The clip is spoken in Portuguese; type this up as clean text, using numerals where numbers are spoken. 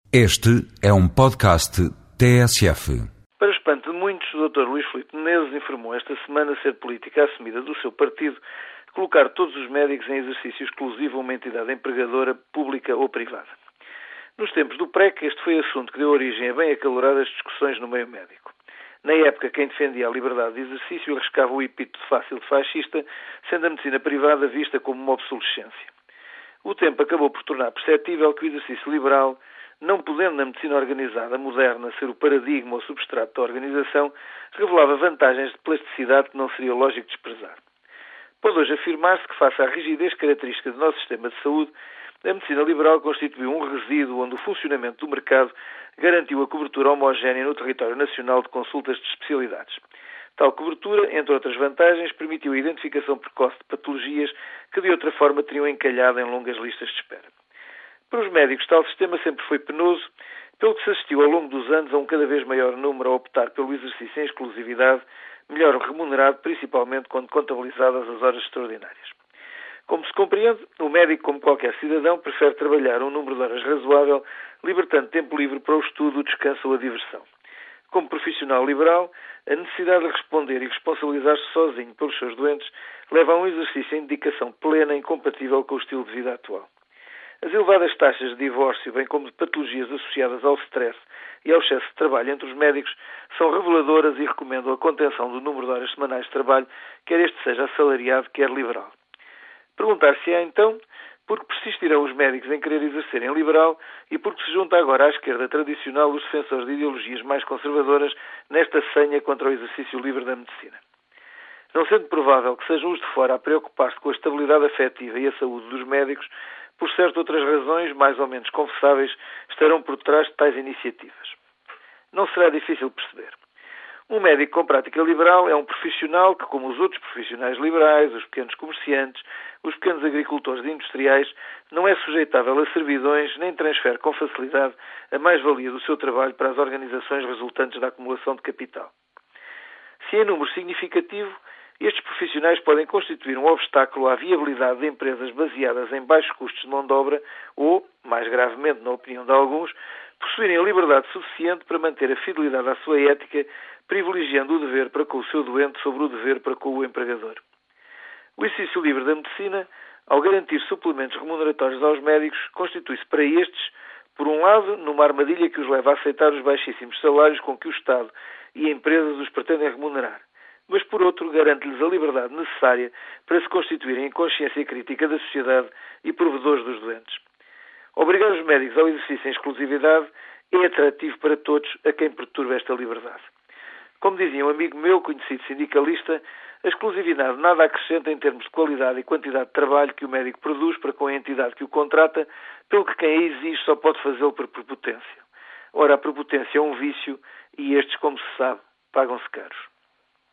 Este é um podcast TSF. Para espanto de muitos, o Dr. Luís Filipe Menezes informou esta semana ser política assumida do seu partido colocar todos os médicos em exercício exclusivo a uma entidade empregadora, pública ou privada. Nos tempos do PREC, este foi assunto que deu origem a bem acaloradas discussões no meio médico. Na época, quem defendia a liberdade de exercício arriscava o epíteto fácil de fascista, sendo a medicina privada vista como uma obsolescência. O tempo acabou por tornar perceptível que o exercício liberal, não podendo na medicina organizada moderna ser o paradigma ou substrato da organização, revelava vantagens de plasticidade que não seria lógico desprezar. Pode hoje afirmar-se que, face à rigidez característica do nosso sistema de saúde, a medicina liberal constituiu um resíduo onde o funcionamento do mercado garantiu a cobertura homogénea no território nacional de consultas de especialidades. Tal cobertura, entre outras vantagens, permitiu a identificação precoce de patologias que de outra forma teriam encalhado em longas listas de espera. Para os médicos, tal sistema sempre foi penoso, pelo que se assistiu ao longo dos anos a um cada vez maior número a optar pelo exercício em exclusividade, melhor remunerado, principalmente quando contabilizadas as horas extraordinárias. Como se compreende, o médico, como qualquer cidadão, prefere trabalhar um número de horas razoável, libertando tempo livre para o estudo, o descanso ou a diversão. Como profissional liberal, a necessidade de responder e responsabilizar-se sozinho pelos seus doentes leva a um exercício em dedicação plena incompatível com o estilo de vida atual. As elevadas taxas de divórcio, bem como de patologias associadas ao stress e ao excesso de trabalho entre os médicos, são reveladoras e recomendam a contenção do número de horas semanais de trabalho, quer este seja assalariado, quer liberal. Perguntar-se-á, então, por que persistirão os médicos em querer exercer em liberal e por que se junta agora à esquerda tradicional os defensores de ideologias mais conservadoras nesta senha contra o exercício livre da medicina. Não sendo provável que sejam os de fora a preocupar-se com a estabilidade afetiva e a saúde dos médicos, por certo outras razões, mais ou menos confessáveis, estarão por trás de tais iniciativas. Não será difícil perceber. Um médico com prática liberal é um profissional que, como os outros profissionais liberais, os pequenos comerciantes, os pequenos agricultores e industriais, não é sujeitável a servidões nem transfere com facilidade a mais-valia do seu trabalho para as organizações resultantes da acumulação de capital. Se em número significativo, estes profissionais podem constituir um obstáculo à viabilidade de empresas baseadas em baixos custos de mão de obra ou, mais gravemente na opinião de alguns, possuírem a liberdade suficiente para manter a fidelidade à sua ética, privilegiando o dever para com o seu doente sobre o dever para com o empregador. O exercício livre da medicina, ao garantir suplementos remuneratórios aos médicos, constitui-se para estes, por um lado, numa armadilha que os leva a aceitar os baixíssimos salários com que o Estado e empresas os pretendem remunerar, mas por outro garante-lhes a liberdade necessária para se constituírem em consciência crítica da sociedade e provedores dos doentes. Obrigar os médicos ao exercício em exclusividade é atrativo para todos a quem perturba esta liberdade. Como dizia um amigo meu, conhecido sindicalista, a exclusividade nada acrescenta em termos de qualidade e quantidade de trabalho que o médico produz para com a entidade que o contrata, pelo que quem a exige só pode fazê-lo por prepotência. Ora, a prepotência é um vício e estes, como se sabe, pagam-se caros.